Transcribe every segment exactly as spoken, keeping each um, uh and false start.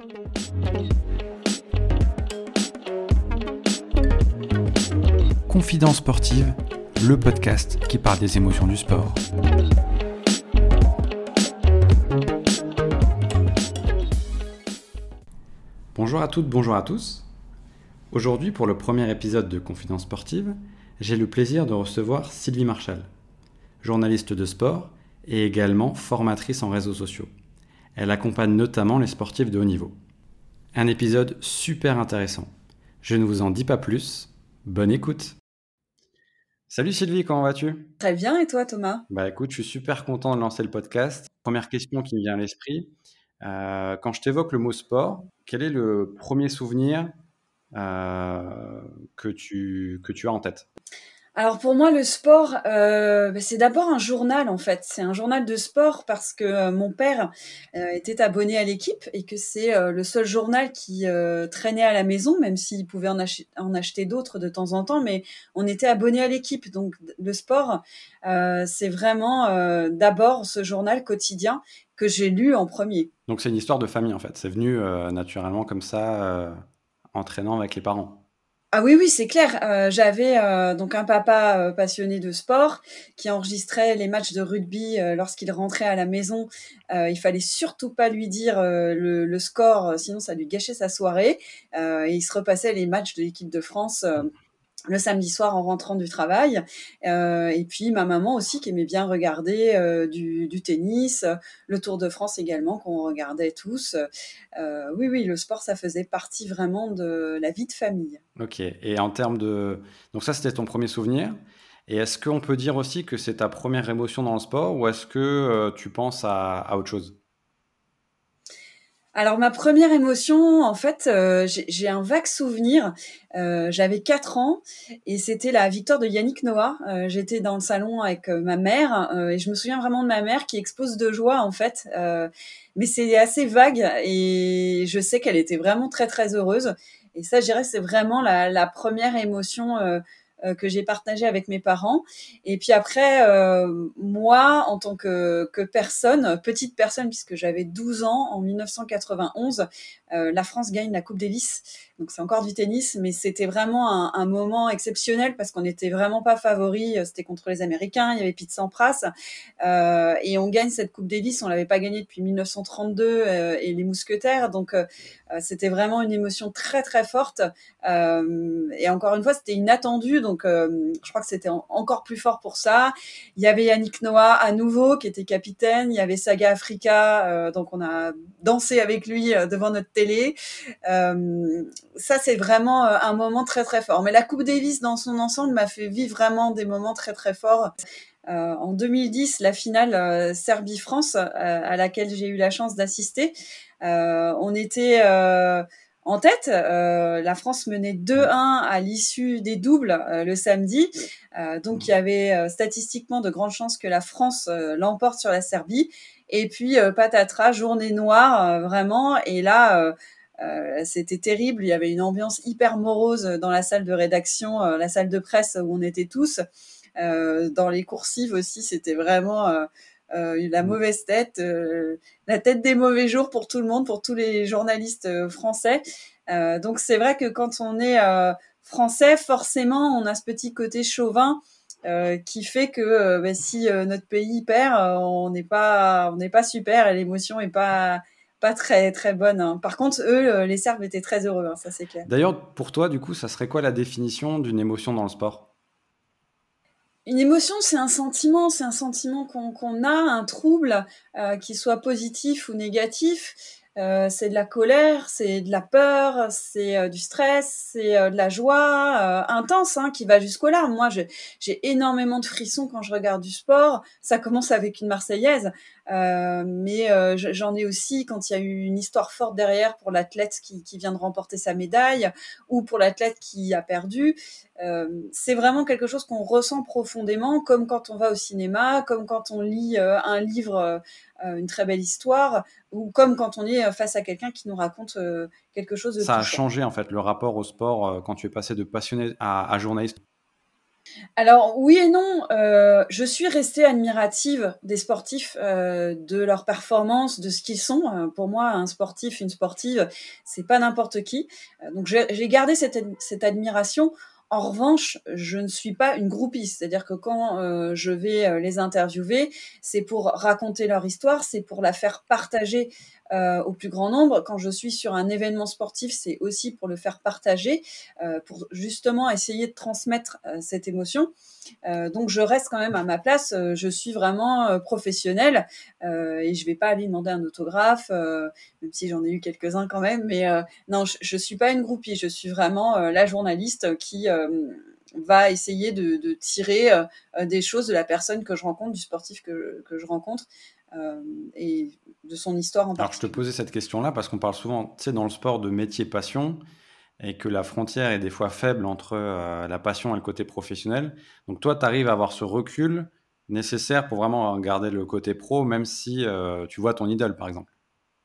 Confidence sportive, le podcast qui parle des émotions du sport. Bonjour à toutes, bonjour à tous. Aujourd'hui, pour le premier épisode de Confidence sportive, j'ai le plaisir de recevoir Sylvie Marchal, journaliste de sport et également formatrice en réseaux sociaux. Elle accompagne notamment les sportifs de haut niveau. Un épisode super intéressant. Je ne vous en dis pas plus. Bonne écoute. Salut Sylvie, comment vas-tu ? Très bien, et toi Thomas ? Bah écoute, je suis super content de lancer le podcast. Première question qui me vient à l'esprit. Euh, quand je t'évoque le mot sport, quel est le premier souvenir euh, que tu, que tu as en tête ? Alors pour moi, le sport, euh, bah, c'est d'abord un journal en fait. C'est un journal de sport parce que euh, mon père euh, était abonné à l'équipe et que c'est euh, le seul journal qui euh, traînait à la maison, même s'il pouvait en, ach- en acheter d'autres de temps en temps, mais on était abonné à l'équipe. Donc le sport, euh, c'est vraiment euh, d'abord ce journal quotidien que j'ai lu en premier. Donc c'est une histoire de famille en fait. C'est venu euh, naturellement comme ça, euh, entraînant avec les parents. Ah oui, oui, c'est clair. Euh, j'avais euh, donc un papa euh, passionné de sport qui enregistrait les matchs de rugby euh, lorsqu'il rentrait à la maison. Euh, il fallait surtout pas lui dire euh, le, le score, euh, sinon ça lui gâchait sa soirée. Euh, et il se repassait les matchs de l'équipe de France euh, le samedi soir en rentrant du travail. Euh, et puis ma maman aussi qui aimait bien regarder euh, du, du tennis, le Tour de France également qu'on regardait tous. Euh, oui, oui, le sport, ça faisait partie vraiment de la vie de famille. Ok. Et en termes de... Donc ça, c'était ton premier souvenir. Et est-ce qu'on peut dire aussi que c'est ta première émotion dans le sport ou est-ce que euh, tu penses à, à autre chose ? Alors ma première émotion, en fait, euh, j'ai, j'ai un vague souvenir. Euh, j'avais quatre ans et c'était la victoire de Yannick Noah. Euh, j'étais dans le salon avec euh, ma mère euh, et je me souviens vraiment de ma mère qui explose de joie en fait. Euh, mais c'est assez vague et je sais qu'elle était vraiment très très heureuse. Et ça, je dirais, c'est vraiment la, la première émotion euh, euh, que j'ai partagée avec mes parents. Et puis après, euh, moi, en tant que, que personne, petite personne, puisque j'avais douze ans en dix-neuf cent quatre-vingt-onze, euh, la France gagne la Coupe Davis. Donc c'est encore du tennis, mais c'était vraiment un, un moment exceptionnel parce qu'on n'était vraiment pas favoris. C'était contre les Américains, il y avait Pete Sampras. Euh, et on gagne cette Coupe Davis, on l'avait pas gagnée depuis dix-neuf cent trente-deux euh, et les Mousquetaires. Donc euh, c'était vraiment une émotion très très forte. Euh, et encore une fois, c'était inattendu. Donc euh, je crois que c'était en, encore plus fort pour ça. Il y avait Yannick Noah à nouveau qui était capitaine. Il y avait Saga Africa, euh, donc on a dansé avec lui euh, devant notre télé. Euh, ça, c'est vraiment euh, un moment très très fort. Mais la Coupe Davis dans son ensemble m'a fait vivre vraiment des moments très très forts. Euh, en deux mille dix, la finale euh, Serbie-France euh, à laquelle j'ai eu la chance d'assister, euh, on était euh, en tête. Euh, la France menait deux un à l'issue des doubles euh, le samedi. Euh, donc, il y avait euh, statistiquement de grandes chances que la France euh, l'emporte sur la Serbie. Et puis, euh, patatras, journée noire, euh, vraiment. Et là... Euh, Euh, c'était terrible, il y avait une ambiance hyper morose dans la salle de rédaction, euh, la salle de presse où on était tous. Euh, dans les coursives aussi, c'était vraiment euh, euh, la mauvaise tête, euh, la tête des mauvais jours pour tout le monde, pour tous les journalistes euh, français. Euh, donc c'est vrai que quand on est euh, français, forcément, on a ce petit côté chauvin euh, qui fait que euh, bah, si euh, notre pays perd, euh, on n'est pas, on n'est pas super et l'émotion est pas pas très très bonne. Hein. Par contre, eux, les Serbes étaient très heureux, hein, ça c'est clair. D'ailleurs, pour toi, du coup, ça serait quoi la définition d'une émotion dans le sport ? Une émotion, c'est un sentiment, c'est un sentiment qu'on, qu'on a, un trouble, euh, qu'il soit positif ou négatif. Euh, c'est de la colère, c'est de la peur, c'est euh, du stress, c'est euh, de la joie euh, intense hein, qui va jusqu'aux larmes. Moi, je, j'ai énormément de frissons quand je regarde du sport. Ça commence avec une Marseillaise, euh, mais euh, j'en ai aussi quand il y a eu une histoire forte derrière pour l'athlète qui, qui vient de remporter sa médaille ou pour l'athlète qui a perdu. Euh, c'est vraiment quelque chose qu'on ressent profondément, comme quand on va au cinéma, comme quand on lit euh, un livre, euh, une très belle histoire, ou comme quand on est face à quelqu'un qui nous raconte euh, quelque chose de Ça a touchant. changé en fait le rapport au sport euh, quand tu es passé de passionné à, à journaliste. Alors oui et non, heu, je suis restée admirative des sportifs, heu, de leur performance, de ce qu'ils sont. Heu, pour moi, un sportif, une sportive, c'est pas n'importe qui. Heu, donc j'ai j'ai gardé cette ad cette admiration. En revanche, je ne suis pas une groupie. C'est-à-dire que quand, heu, je vais, heu, les interviewer, c'est pour raconter leur histoire, c'est pour la faire partager, heu, au plus grand nombre. Quand je suis sur un événement sportif, c'est aussi pour le faire partager, heu, pour justement essayer de transmettre, heu, cette émotion. Euh, donc je reste quand même à ma place. Euh, je suis vraiment euh, professionnelle euh, et je vais pas aller demander un autographe, euh, même si j'en ai eu quelques-uns quand même. Mais euh, non, je, je suis pas une groupie. Je suis vraiment euh, la journaliste qui euh, va essayer de, de tirer euh, des choses de la personne que je rencontre, du sportif que, que je rencontre euh, et de son histoire en Alors, je te particulier. posais cette question-là parce qu'on parle souvent, tu sais, dans le sport de métier-passion et que la frontière est des fois faible entre euh, la passion et le côté professionnel. Donc, toi, tu arrives à avoir ce recul nécessaire pour vraiment garder le côté pro, même si euh, tu vois ton idole, par exemple.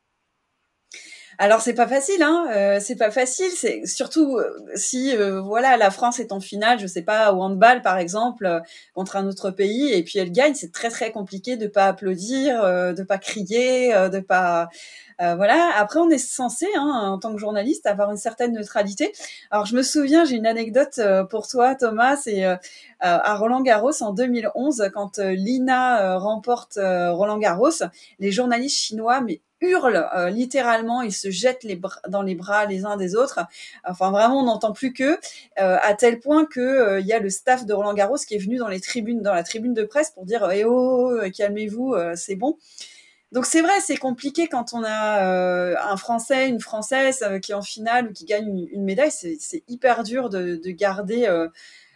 Alors c'est pas facile, hein, heu, c'est pas facile, c'est surtout, heu, si, heu, voilà, la France est en finale, je sais pas, au handball par exemple, heu, contre un autre pays et puis elle gagne, c'est très, très compliqué de pas applaudir, heu, de pas crier, heu, de pas heu, voilà. Après on est censé, hein, en tant que journaliste, avoir une certaine neutralité. Alors je me souviens, j'ai une anecdote, heu, pour toi Thomas, c'est, heu, à Roland-Garros en deux mille onze quand, heu, Li Na, heu, remporte, heu, Roland-Garros, les journalistes chinois, mais hurlent euh, littéralement, ils se jettent les bras, dans les bras les uns des autres. Enfin, vraiment, on n'entend plus qu'eux, euh, à tel point que euh, il y a le staff de Roland Garros qui est venu dans les tribunes, dans la tribune de presse pour dire "Eh oh, euh, calmez-vous, euh, c'est bon." Donc c'est vrai, c'est compliqué quand on a euh, un Français, une Française euh, qui est en finale ou qui gagne une, une médaille. C'est, c'est hyper dur de, de garder euh,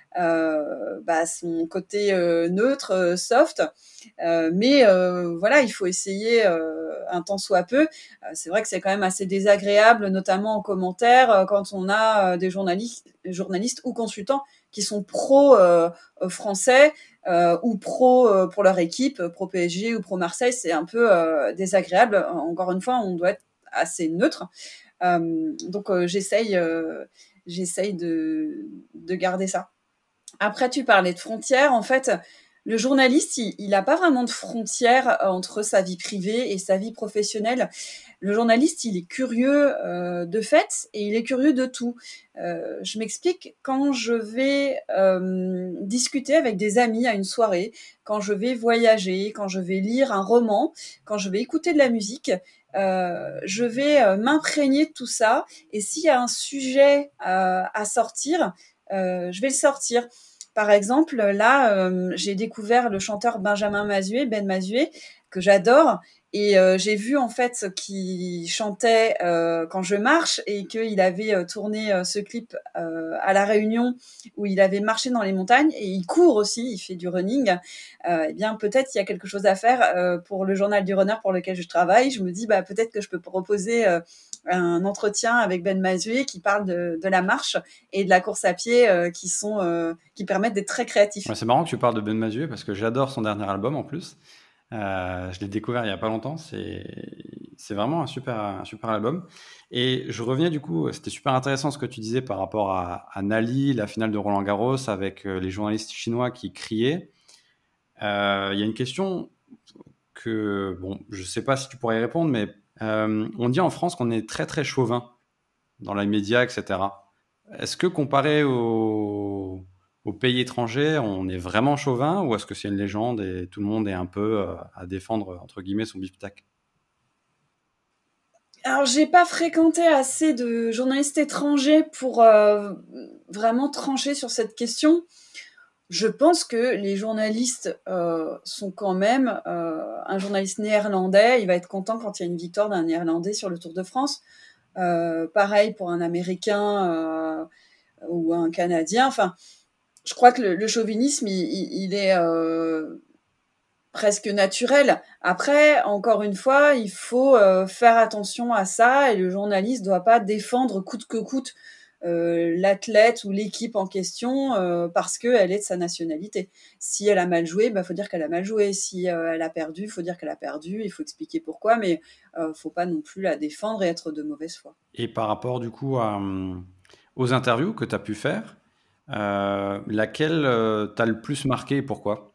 euh, bah, son côté euh, neutre, euh, soft. Euh, mais euh, voilà, il faut essayer euh, un temps soit peu. Euh, c'est vrai que c'est quand même assez désagréable, notamment en commentaire, euh, quand on a euh, des journalistes, journalistes ou consultants qui sont pro euh, français euh, ou pro euh, pour leur équipe, pro P S G ou pro Marseille. C'est un peu euh, désagréable. Encore une fois, on doit être assez neutre. Euh, donc euh, j'essaye, euh, j'essaye de, de garder ça. Après, tu parlais de frontières. En fait, le journaliste, il n'a pas vraiment de frontières euh, entre sa vie privée et sa vie professionnelle. Le journaliste, il est curieux euh, de fait et il est curieux de tout. Euh, je m'explique, quand je vais euh, discuter avec des amis à une soirée, quand je vais voyager, quand je vais lire un roman, quand je vais écouter de la musique, euh, je vais euh, m'imprégner de tout ça. Et s'il y a un sujet euh, à sortir, euh, je vais le sortir. Par exemple, là, euh, j'ai découvert le chanteur Benjamin Mazué, Ben Mazué, que j'adore. Et euh, j'ai vu en fait qu'il chantait euh, quand je marche et qu'il avait euh, tourné euh, ce clip euh, à La Réunion où il avait marché dans les montagnes et il court aussi, il fait du running. Euh, eh bien, peut-être il y a quelque chose à faire euh, pour le journal du runner pour lequel je travaille. Je me dis, bah, peut-être que je peux proposer euh, un entretien avec Ben Mazué qui parle de, de la marche et de la course à pied euh, qui sont euh, qui permettent d'être très créatifs. Ouais, c'est marrant que tu parles de Ben Mazué parce que j'adore son dernier album en plus. Euh, je l'ai découvert il y a pas longtemps. C'est c'est vraiment un super un super album. Et je reviens du coup, c'était super intéressant ce que tu disais par rapport à, à Nali, la finale de Roland Garros avec euh, les journalistes chinois qui criaient. Euh, Il y a une question que bon, je sais pas si tu pourrais y répondre, mais euh, on dit en France qu'on est très très chauvin dans les médias, et cetera. Est-ce que comparé au, aux pays étrangers, on est vraiment chauvin ou est-ce que c'est une légende et tout le monde est un peu euh, à défendre, entre guillemets, son beefsteak? Alors, j'ai pas fréquenté assez de journalistes étrangers pour euh, vraiment trancher sur cette question. Je pense que les journalistes euh, sont quand même euh, un journaliste néerlandais. Il va être content quand il y a une victoire d'un néerlandais sur le Tour de France. Euh, pareil pour un Américain euh, ou un Canadien. Enfin, je crois que le, le chauvinisme, il, il, il est euh, presque naturel. Après, encore une fois, il faut euh, faire attention à ça et le journaliste ne doit pas défendre coûte que coûte euh, l'athlète ou l'équipe en question euh, parce qu'elle est de sa nationalité. Si elle a mal joué, il bah, faut dire qu'elle a mal joué. Si euh, elle a perdu, il faut dire qu'elle a perdu. Il faut expliquer pourquoi, mais il euh, ne faut pas non plus la défendre et être de mauvaise foi. Et par rapport du coup à, hum, aux interviews que tu as pu faire, Euh, laquelle euh, t'a le plus marqué et pourquoi?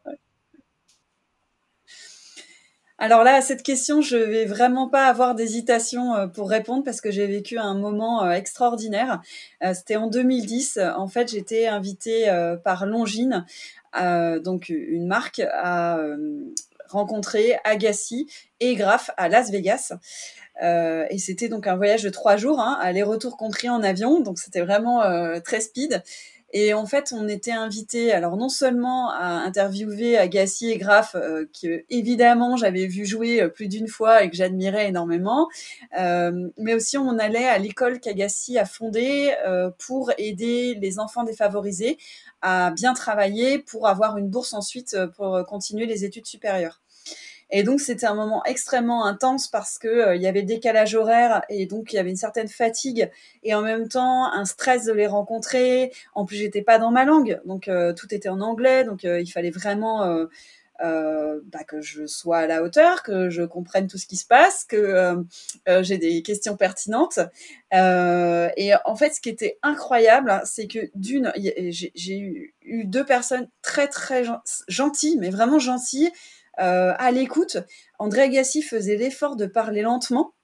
Alors là, à cette question, je vais vraiment pas avoir d'hésitation euh, pour répondre parce que j'ai vécu un moment euh, extraordinaire. Euh, c'était en deux mille dix. En fait, j'étais invitée euh, par Longines, euh, donc une marque, à euh, rencontrer Agassi et Graff à Las Vegas. Euh, et c'était donc un voyage de trois jours, hein, aller-retour compris en avion. Donc c'était vraiment euh, très speed. Et en fait, on était invités, alors non seulement à interviewer Agassi et Graff, euh, que évidemment j'avais vu jouer euh, plus d'une fois et que j'admirais énormément, euh, mais aussi on allait à l'école qu'Agassi a fondée euh, pour aider les enfants défavorisés à bien travailler pour avoir une bourse ensuite euh, pour continuer les études supérieures. Et donc, c'était un moment extrêmement intense parce que euh, il y avait décalage horaire et donc il y avait une certaine fatigue et en même temps un stress de les rencontrer. En plus, j'étais pas dans ma langue, donc euh, tout était en anglais, donc euh, il fallait vraiment euh, euh, bah, que je sois à la hauteur, que je comprenne tout ce qui se passe, que euh, euh, j'ai des questions pertinentes. Euh, et en fait, ce qui était incroyable, c'est que d'une, j'ai, j'ai eu, eu deux personnes très très gentilles, mais vraiment gentilles, euh, à l'écoute. André Agassi faisait l'effort de parler lentement.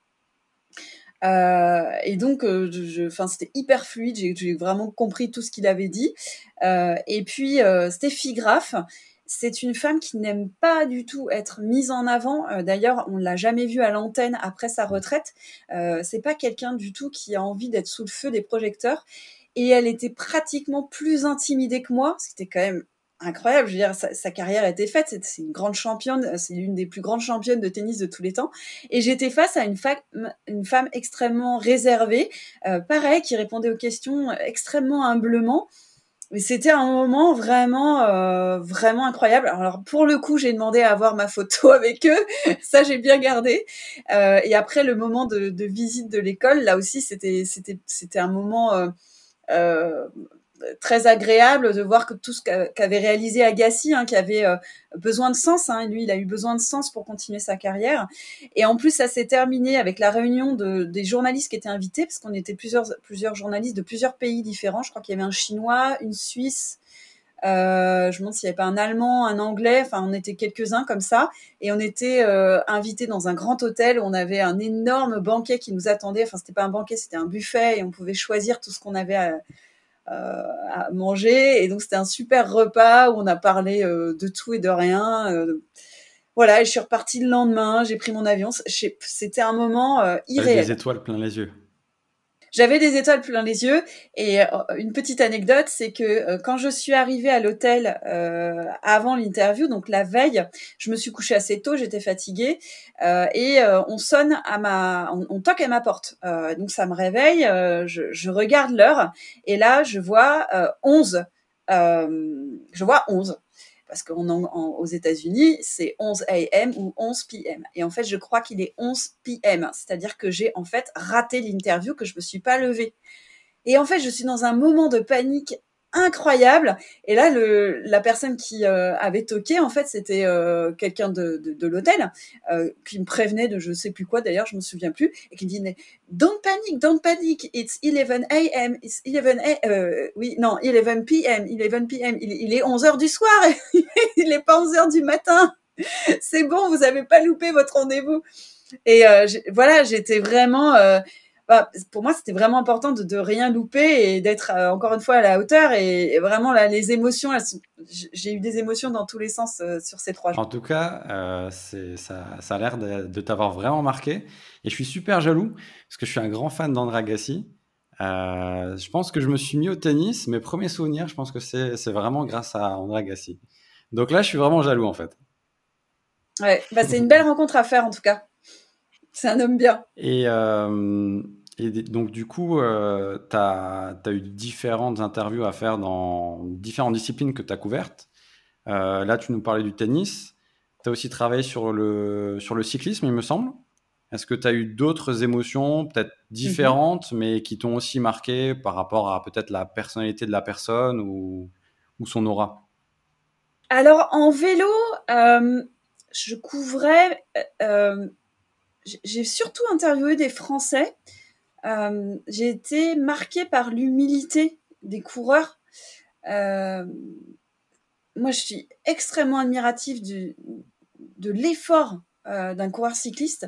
Euh, et donc, euh, je, enfin, c'était hyper fluide. J'ai, j'ai vraiment compris tout ce qu'il avait dit. Euh, et puis, euh, Steffi Graf, c'est une femme qui n'aime pas du tout être mise en avant. Euh, d'ailleurs, on l'a jamais vue à l'antenne après sa retraite. Euh, c'est pas quelqu'un du tout qui a envie d'être sous le feu des projecteurs. Et elle était pratiquement plus intimidée que moi, ce qui était quand même incroyable. Je veux dire, sa, sa carrière était faite. C'est, c'est une grande championne. C'est l'une des plus grandes championnes de tennis de tous les temps. Et j'étais face à une, fa- une femme extrêmement réservée, euh, pareil, qui répondait aux questions extrêmement humblement. Mais c'était un moment vraiment, euh, vraiment incroyable. Alors pour le coup, j'ai demandé à avoir ma photo avec eux. Ça, j'ai bien gardé. Euh, et après le moment de, de visite de l'école, là aussi, c'était, c'était, c'était un moment euh, euh, très agréable de voir que tout ce qu'avait réalisé Agassi, hein, qui avait euh, besoin de sens, hein, lui, il a eu besoin de sens pour continuer sa carrière. Et en plus, ça s'est terminé avec la réunion de, des journalistes qui étaient invités, parce qu'on était plusieurs, plusieurs journalistes de plusieurs pays différents. Je crois qu'il y avait un Chinois, une Suisse. Euh, je me demande s'il n'y avait pas un Allemand, un Anglais. Enfin, on était quelques-uns comme ça, et on était euh, invités dans un grand hôtel où on avait un énorme banquet qui nous attendait. Enfin, c'était pas un banquet, c'était un buffet, et on pouvait choisir tout ce qu'on avait à, euh, à manger. Et donc, c'était un super repas où on a parlé euh, de tout et de rien. Euh, voilà, et je suis repartie le lendemain, j'ai pris mon avion. C'était un moment euh, Avec des irréel. étoiles plein les yeux. J'avais des étoiles plein les yeux. Et euh, une petite anecdote, c'est que euh, quand je suis arrivée à l'hôtel euh, avant l'interview, donc la veille, je me suis couchée assez tôt, j'étais fatiguée, euh, et euh, on sonne à ma, on, on toque à ma porte. Euh, donc ça me réveille, euh, je, je regarde l'heure, et là je vois euh, onze. Euh, je vois onze. Parce qu'aux États-Unis, c'est onze a m ou onze p m. Et en fait, je crois qu'il est onze p m. C'est-à-dire que j'ai en fait raté l'interview, que je me suis pas levée. Et en fait, je suis dans un moment de panique incroyable. Et là, le, la personne qui euh, avait toqué, en fait, c'était euh, quelqu'un de, de, de l'hôtel euh, qui me prévenait de je sais plus quoi, d'ailleurs, je me souviens plus, et qui me dit Don't panic, don't panic, it's eleven a m, it's eleven a m, euh, oui, non, eleven p m, eleven p m, il, il est onze heures du soir, il est pas onze heures du matin. C'est bon, vous avez pas loupé votre rendez-vous. Et euh, voilà, j'étais vraiment. Euh, bah, pour moi, c'était vraiment important de, de rien louper et d'être euh, encore une fois à la hauteur. Et, et vraiment, là, les émotions, elles sont, j'ai eu des émotions dans tous les sens euh, sur ces trois jours. En tout cas, euh, c'est, ça, ça a l'air de, de t'avoir vraiment marqué. Et je suis super jaloux parce que je suis un grand fan d'André Agassi. Euh, je pense que je me suis mis au tennis. Mes premiers souvenirs, je pense que c'est, c'est vraiment grâce à André Agassi. Donc là, je suis vraiment jaloux en fait. Ouais, bah, c'est une belle rencontre à faire en tout cas. C'est un homme bien. Et, euh, et donc, du coup, euh, tu as eu différentes interviews à faire dans différentes disciplines que tu as couvertes. Euh, là, tu nous parlais du tennis. Tu as aussi travaillé sur le, sur le cyclisme, il me semble. Est-ce que tu as eu d'autres émotions, peut-être Mm-hmm. différentes, mais qui t'ont aussi marqué par rapport à peut-être la personnalité de la personne ou, ou son aura? Alors, en vélo, euh, je couvrais. Euh, j'ai surtout interviewé des Français. Euh, j'ai été marquée par l'humilité des coureurs. Euh, Moi, je suis extrêmement admirative du, de l'effort euh, d'un coureur cycliste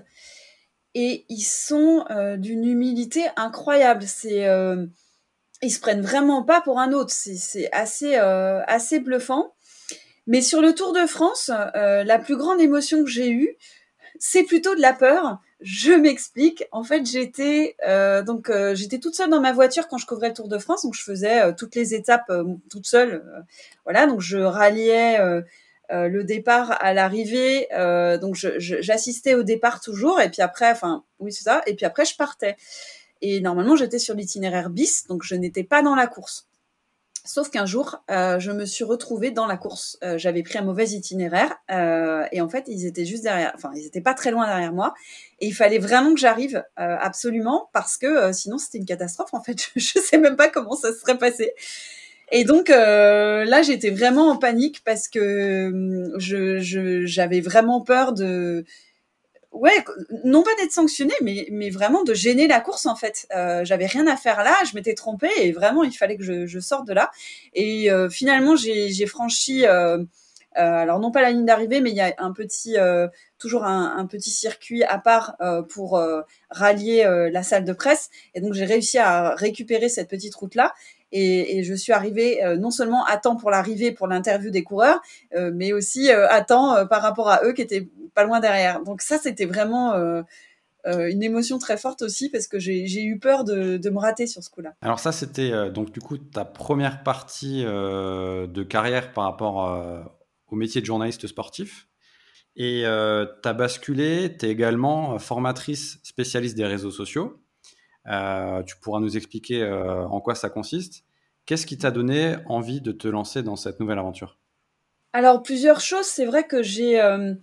et ils sont euh, d'une humilité incroyable. C'est, euh, ils se prennent vraiment pas pour un autre. C'est, c'est assez, euh, assez bluffant. Mais sur le Tour de France, euh, la plus grande émotion que j'ai eue, c'est plutôt de la peur. Je m'explique. En fait, j'étais euh, donc euh, j'étais toute seule dans ma voiture quand je couvrais le Tour de France, donc je faisais euh, toutes les étapes euh, toute seule. Euh, voilà, donc je ralliais euh, euh, le départ à l'arrivée. Euh, donc je, je, j'assistais au départ toujours, et puis après, enfin oui c'est ça. Et puis après je partais. Et normalement j'étais sur l'itinéraire bis, donc je n'étais pas dans la course. Sauf qu'un jour, euh, je me suis retrouvée dans la course. Euh, j'avais pris un mauvais itinéraire euh, et en fait, ils étaient juste derrière. Enfin, ils étaient pas très loin derrière moi. Et il fallait vraiment que j'arrive euh, absolument parce que euh, sinon, c'était une catastrophe. En fait, je, je sais même pas comment ça se serait passé. Et donc euh, là, j'étais vraiment en panique parce que hum, je, je, j'avais vraiment peur de ouais, non pas d'être sanctionnée, mais, mais vraiment de gêner la course en fait. Euh, j'avais rien à faire là, je m'étais trompée et vraiment il fallait que je, je sorte de là. Et euh, finalement j'ai, j'ai franchi, euh, euh, alors non pas la ligne d'arrivée, mais il y a un petit, euh, toujours un, un petit circuit à part euh, pour euh, rallier euh, la salle de presse. Et donc j'ai réussi à récupérer cette petite route là. Et, et je suis arrivée euh, non seulement à temps pour l'arrivée, pour l'interview des coureurs, euh, mais aussi euh, à temps euh, par rapport à eux qui étaient pas loin derrière. Donc ça, c'était vraiment euh, euh, une émotion très forte aussi parce que j'ai, j'ai eu peur de, de me rater sur ce coup-là. Alors ça, c'était euh, donc du coup ta première partie euh, de carrière par rapport euh, au métier de journaliste sportif. Et euh, tu as basculé, tu es également formatrice spécialiste des réseaux sociaux. Euh, tu pourras nous expliquer euh, en quoi ça consiste. Qu'est-ce qui t'a donné envie de te lancer dans cette nouvelle aventure? Alors, plusieurs choses. C'est vrai que j'ai euh,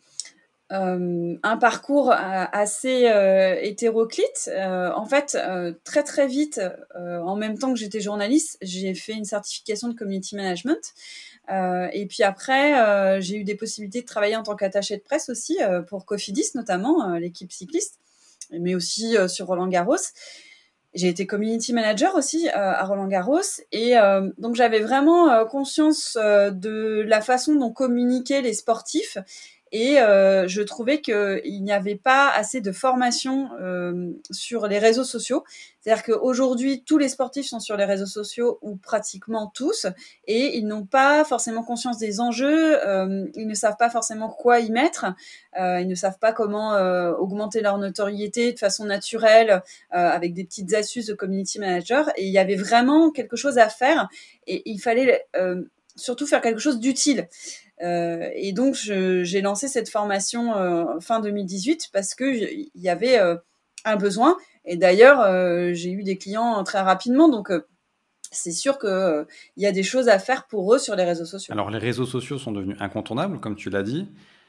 euh, un parcours euh, assez euh, hétéroclite. Euh, en fait, euh, très très vite, euh, en même temps que j'étais journaliste, j'ai fait une certification de community management. Euh, et puis après, euh, j'ai eu des possibilités de travailler en tant qu'attachée de presse aussi euh, pour Cofidis notamment, euh, l'équipe cycliste, mais aussi euh, sur Roland Garros. J'ai été community manager aussi euh, à Roland Garros et euh, donc j'avais vraiment euh, conscience euh, de la façon dont communiquaient les sportifs et euh, je trouvais qu'il n'y avait pas assez de formation euh, sur les réseaux sociaux. C'est-à-dire qu'aujourd'hui, tous les sportifs sont sur les réseaux sociaux ou pratiquement tous et ils n'ont pas forcément conscience des enjeux, euh, ils ne savent pas forcément quoi y mettre, euh, ils ne savent pas comment euh, augmenter leur notoriété de façon naturelle euh, avec des petites astuces de community manager. Et il y avait vraiment quelque chose à faire et il fallait euh, surtout faire quelque chose d'utile. Euh, et donc, je, j'ai lancé cette formation euh, fin deux mille dix-huit parce qu'il y avait euh, un besoin. Et d'ailleurs, euh, j'ai eu des clients très rapidement. Donc, euh, c'est sûr qu'il euh, y a des choses à faire pour eux sur les réseaux sociaux. Alors les réseaux sociaux sont devenus incontournables, comme tu l'as dit.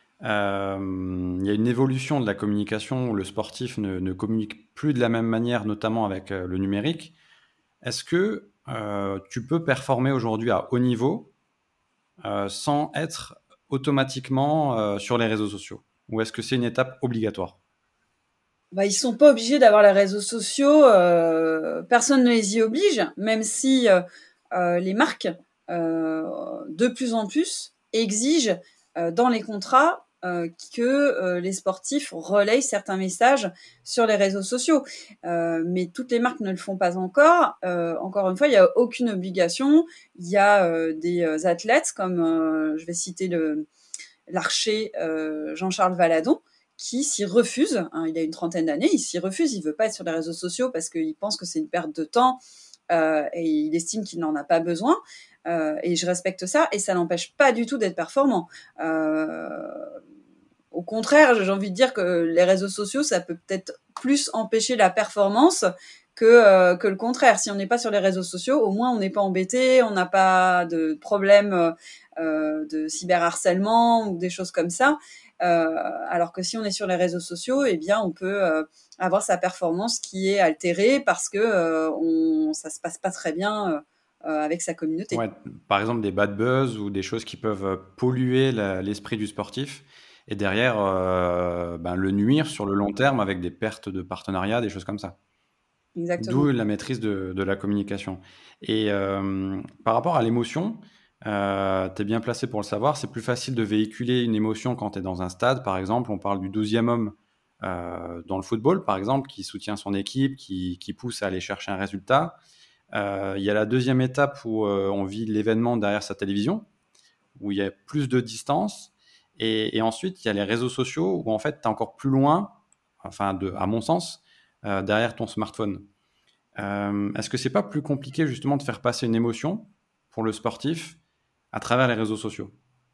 Euh, il y a une évolution de la communication où le sportif ne, ne communique plus de la même manière, notamment avec euh, le numérique. Est-ce que euh, tu peux performer aujourd'hui à haut niveau euh, sans être automatiquement euh, sur les réseaux sociaux? Ou est-ce que c'est une étape obligatoire? Bah, ils sont pas obligés d'avoir les réseaux sociaux. Euh, personne ne les y oblige, même si euh, euh, les marques, euh, de plus en plus, exigent euh, dans les contrats euh, que euh, les sportifs relayent certains messages sur les réseaux sociaux. Euh, mais toutes les marques ne le font pas encore. Euh, encore une fois, il n'y a aucune obligation. Il y a euh, des euh, athlètes comme, euh, je vais citer le l'archer euh, Jean-Charles Valadon, qui s'y refuse. Hein, il a une trentaine d'années, il s'y refuse, il veut pas être sur les réseaux sociaux parce qu'il pense que c'est une perte de temps euh, et il estime qu'il n'en a pas besoin. Euh, et je respecte ça et ça n'empêche pas du tout d'être performant. Euh, au contraire, j'ai envie de dire que les réseaux sociaux, ça peut peut-être plus empêcher la performance que, euh, que le contraire. Si on n'est pas sur les réseaux sociaux, au moins on n'est pas embêté, on n'a pas de problème euh, de cyberharcèlement ou des choses comme ça. Euh, alors que si on est sur les réseaux sociaux, eh bien on peut euh, avoir sa performance qui est altérée parce que euh, on, ça se passe pas très bien euh, avec sa communauté. Ouais, par exemple des bad buzz ou des choses qui peuvent euh, polluer la- l'esprit du sportif et derrière euh, ben, le nuire sur le long terme avec des pertes de partenariat, des choses comme ça. Exactement. D'où la maîtrise de, de la communication. Et euh, par rapport à l'émotion, euh, tu es bien placé pour le savoir, c'est plus facile de véhiculer une émotion quand tu es dans un stade. Par exemple, on parle du douzième homme euh, dans le football, par exemple, qui soutient son équipe, qui, qui pousse à aller chercher un résultat. Euh, il y a la deuxième étape où euh, on vit l'événement derrière sa télévision, où il y a plus de distance. Et, et ensuite, il y a les réseaux sociaux où en fait, tu es encore plus loin, enfin, de, à mon sens, euh, derrière ton smartphone. Euh, est-ce que c'est pas plus compliqué justement de faire passer une émotion pour le sportif à travers les réseaux sociaux?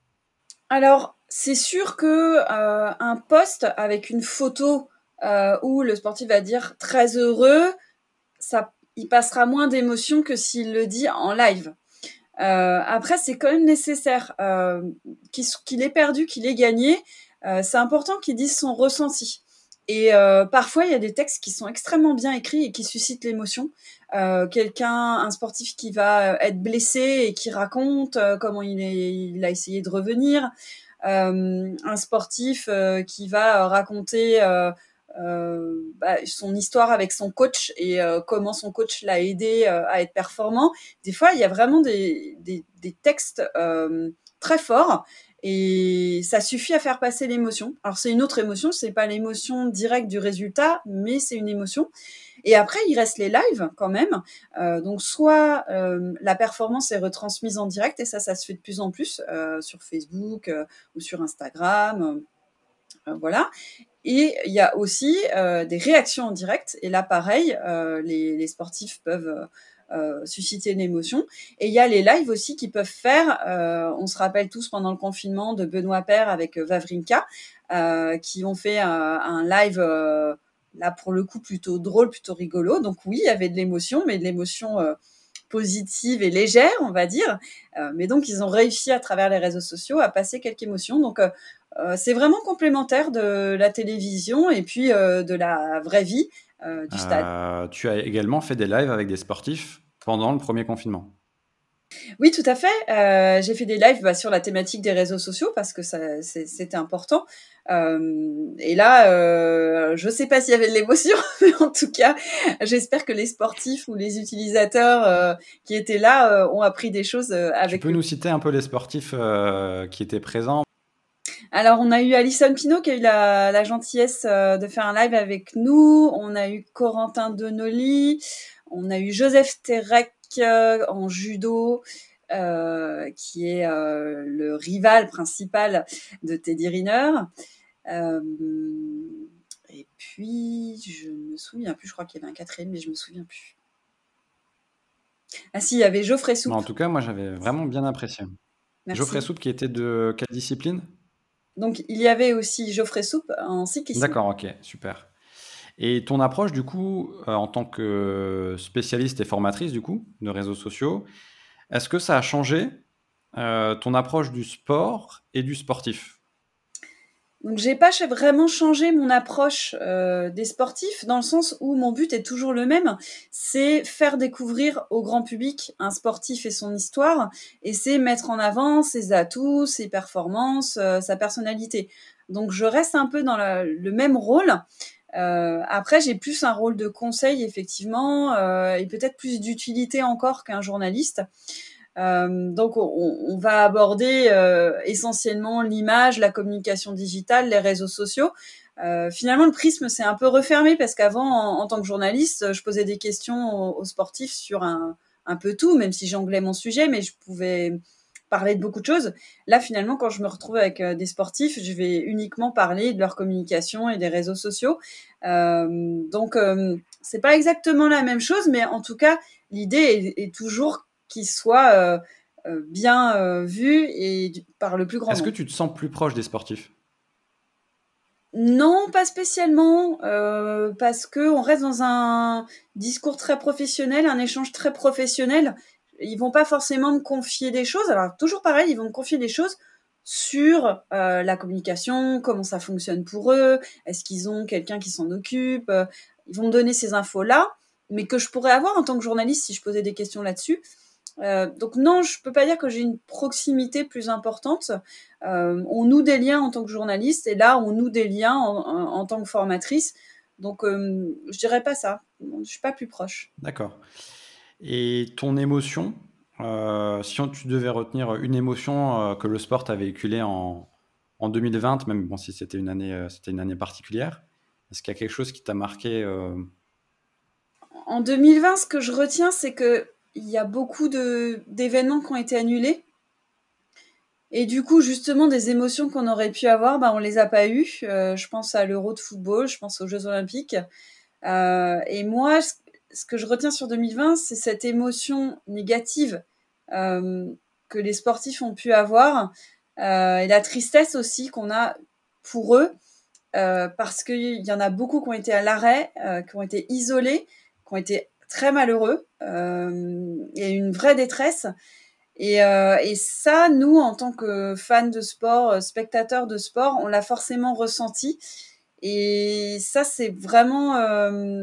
Alors, c'est sûr que euh, un post avec une photo euh, où le sportif va dire très heureux, ça, il passera moins d'émotion que s'il le dit en live. Euh, après, c'est quand même nécessaire euh, qu'il, qu'il ait perdu, qu'il ait gagné. Euh, c'est important qu'il dise son ressenti. Et euh, parfois, il y a des textes qui sont extrêmement bien écrits et qui suscitent l'émotion. Euh, quelqu'un, un sportif qui va être blessé et qui raconte euh, comment il, est, il a essayé de revenir. Euh, un sportif euh, qui va raconter euh, euh, bah, son histoire avec son coach et euh, comment son coach l'a aidé euh, à être performant. Des fois, il y a vraiment des, des, des textes euh, très forts et ça suffit à faire passer l'émotion. Alors c'est une autre émotion, c'est pas l'émotion directe du résultat, mais c'est une émotion. Et après, il reste les lives quand même. Euh, donc soit euh, la performance est retransmise en direct et ça, ça se fait de plus en plus euh, sur Facebook euh, ou sur Instagram. Euh, voilà. Et il y a aussi euh, des réactions en direct. Et là, pareil, euh, les, les sportifs peuvent euh, susciter une émotion. Et il y a les lives aussi qui peuvent faire. Euh, on se rappelle tous pendant le confinement de Benoît Paire avec Wawrinka, euh, qui ont fait un, un live. Euh, là, pour le coup, plutôt drôle, plutôt rigolo. Donc oui, il y avait de l'émotion, mais de l'émotion euh, positive et légère, on va dire. Euh, mais donc, ils ont réussi à travers les réseaux sociaux à passer quelques émotions. Donc, euh, euh, c'est vraiment complémentaire de la télévision et puis euh, de la vraie vie euh, du stade. Euh, tu as également fait des lives avec des sportifs pendant le premier confinement. Oui, tout à fait. Euh, j'ai fait des lives bah, sur la thématique des réseaux sociaux parce que ça, c'est, c'était important. Euh, et là, euh, je ne sais pas s'il y avait de l'émotion, mais en tout cas, j'espère que les sportifs ou les utilisateurs euh, qui étaient là euh, ont appris des choses euh, Tu avec peux le. nous citer un peu les sportifs euh, qui étaient présents? Alors, on a eu Alison Pinault qui a eu la, la gentillesse euh, de faire un live avec nous. On a eu Corentin Denoli. On a eu Joseph Terek euh, en judo, euh, qui est euh, le rival principal de Teddy Riner. Euh, et puis, je me souviens plus, je crois qu'il y avait un quatrième, mais je me souviens plus. Ah si, il y avait Geoffrey En Soupe. tout cas, moi j'avais vraiment bien apprécié. Geoffrey Merci. Soupe qui était de quelle discipline? Donc, il y avait aussi Geoffrey Soupe en cyclisme. D'accord, ok, super. Et ton approche du coup, euh, en tant que spécialiste et formatrice du coup, de réseaux sociaux, est-ce que ça a changé euh, ton approche du sport et du sportif? Donc j'ai pas vraiment changé mon approche euh, des sportifs dans le sens où mon but est toujours le même, c'est faire découvrir au grand public un sportif et son histoire, et c'est mettre en avant ses atouts, ses performances, euh, sa personnalité. Donc je reste un peu dans la- le même rôle. Euh, après j'ai plus un rôle de conseil effectivement euh, et peut-être plus d'utilité encore qu'un journaliste. Euh, donc, on, on va aborder euh, essentiellement l'image, la communication digitale, les réseaux sociaux. Euh, finalement, le prisme s'est un peu refermé parce qu'avant, en, en tant que journaliste, je posais des questions aux, aux sportifs sur un, un peu tout, même si j'anglais mon sujet, mais je pouvais parler de beaucoup de choses. Là, finalement, quand je me retrouve avec euh, des sportifs, je vais uniquement parler de leur communication et des réseaux sociaux. Euh, donc, euh, c'est pas exactement la même chose, mais en tout cas, l'idée est, est toujours qui soit euh, euh, bien euh, vu et du- par le plus grand Est-ce que nombre. tu te sens plus proche des sportifs? Non, pas spécialement, euh, parce que on reste dans un discours très professionnel, un échange très professionnel. Ils vont pas forcément me confier des choses. Alors toujours pareil, ils vont me confier des choses sur euh, la communication, comment ça fonctionne pour eux, est-ce qu'ils ont quelqu'un qui s'en occupe. euh, Ils vont me donner ces infos-là, mais que je pourrais avoir en tant que journaliste si je posais des questions là-dessus. Euh, donc non, je peux pas dire que j'ai une proximité plus importante. Euh, on noue des liens en tant que journaliste et là, on noue des liens en, en, en tant que formatrice. Donc, euh, je dirais pas ça. Je suis pas plus proche. D'accord. Et ton émotion, euh, si on- tu devais retenir une émotion euh, que le sport t'a véhiculée en, en deux mille vingt, même bon, si c'était une année, euh, c'était une année particulière, est-ce qu'il y a quelque chose qui t'a marqué euh, En deux mille vingt, ce que je retiens, c'est que il y a beaucoup de, d'événements qui ont été annulés. Et du coup, justement, des émotions qu'on aurait pu avoir, bah, on les a pas eues. Euh, je pense à l'Euro de football, je pense aux Jeux Olympiques. Euh, et moi, ce ce que je retiens sur deux mille vingt, c'est cette émotion négative euh, que les sportifs ont pu avoir euh, et la tristesse aussi qu'on a pour eux, euh, parce qu'il y en a beaucoup qui ont été à l'arrêt, euh, qui ont été isolés, qui ont été très malheureux. Euh, Il y a une vraie détresse. Et, euh, et ça, nous, en tant que fans de sport, euh, spectateurs de sport, on l'a forcément ressenti. Et ça, c'est vraiment... Euh,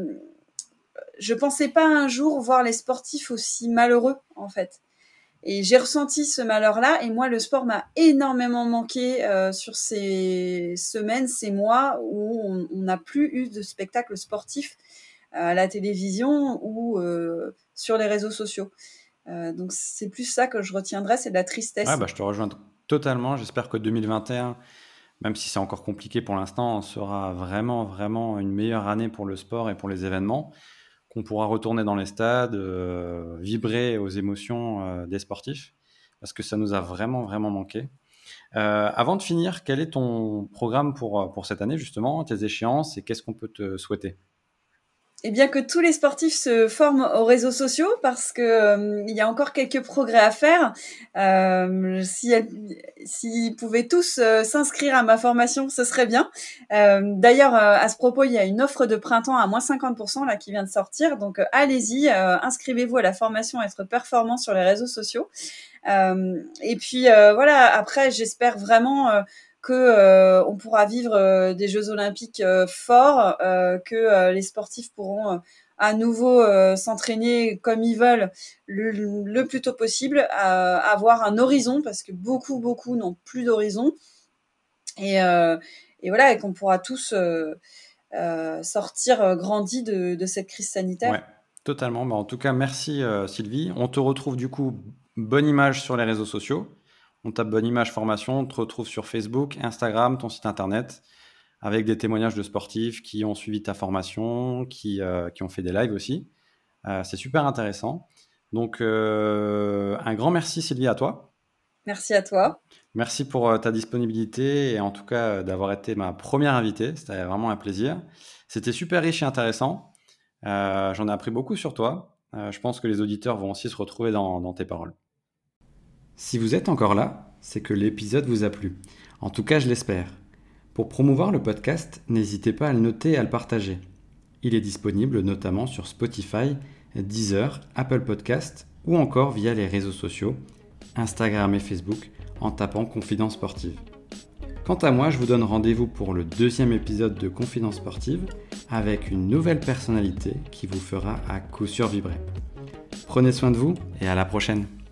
je pensais pas un jour voir les sportifs aussi malheureux, en fait. Et j'ai ressenti ce malheur-là. Et moi, le sport m'a énormément manqué euh, sur ces semaines, ces mois où on n'a plus eu de spectacle sportif à la télévision ou euh, sur les réseaux sociaux. Euh, donc c'est plus ça que je retiendrai, c'est de la Ouais, tristesse. bah, je te rejoins totalement. J'espère que deux mille vingt et un, même si c'est encore compliqué pour l'instant, sera vraiment, vraiment une meilleure année pour le sport et pour les événements, qu'on pourra retourner dans les stades, euh, vibrer aux émotions euh, des sportifs, parce que ça nous a vraiment, vraiment manqué. Euh, avant de finir, quel est ton programme pour, pour cette année, justement, tes échéances, et qu'est-ce qu'on peut te souhaiter? Et bien que tous les sportifs se forment aux réseaux sociaux parce que euh, il y a encore quelques progrès à faire. Euh, si elles- S'ils pouvaient tous euh, s'inscrire à ma formation, ce serait bien. Euh, d'ailleurs, euh, à ce propos, il y a une offre de printemps à moins cinquante pour cent là qui vient de sortir. Donc euh, allez-y, euh, inscrivez-vous à la formation Être performant sur les réseaux sociaux. Euh, et puis euh, voilà, après, j'espère vraiment euh, que euh, on pourra vivre euh, des Jeux Olympiques euh, forts, euh, que euh, les sportifs pourront euh, à nouveau euh, s'entraîner comme ils veulent le, le plus tôt possible, euh, avoir un horizon parce que beaucoup beaucoup n'ont plus d'horizon et, euh, et voilà et qu'on pourra tous euh, euh, sortir euh, grandis de, de cette crise Ouais, sanitaire. totalement. Bah, en tout cas, merci euh, Sylvie. On te retrouve du coup, bonne image sur les réseaux sociaux. On tape bonne image formation, on te retrouve sur Facebook, Instagram, ton site internet, avec des témoignages de sportifs qui ont suivi ta formation, qui, euh, qui ont fait des lives aussi. Euh, c'est super intéressant. Donc, euh, un grand merci Sylvie à toi. Merci à toi. Merci pour euh, ta disponibilité et en tout cas euh, d'avoir été ma première invitée. C'était vraiment un plaisir. C'était super riche et intéressant. Euh, j'en ai appris beaucoup sur toi. Euh, je pense que les auditeurs vont aussi se retrouver dans, dans tes paroles. Si vous êtes encore là, c'est que l'épisode vous a plu. En tout cas, je l'espère. Pour promouvoir le podcast, n'hésitez pas à le noter et à le partager. Il est disponible notamment sur Spotify, Deezer, Apple Podcast ou encore via les réseaux sociaux, Instagram et Facebook, en tapant Confidence Sportive. Quant à moi, je vous donne rendez-vous pour le deuxième épisode de Confidence Sportive avec une nouvelle personnalité qui vous fera à coup sûr vibrer. Prenez soin de vous et à la prochaine.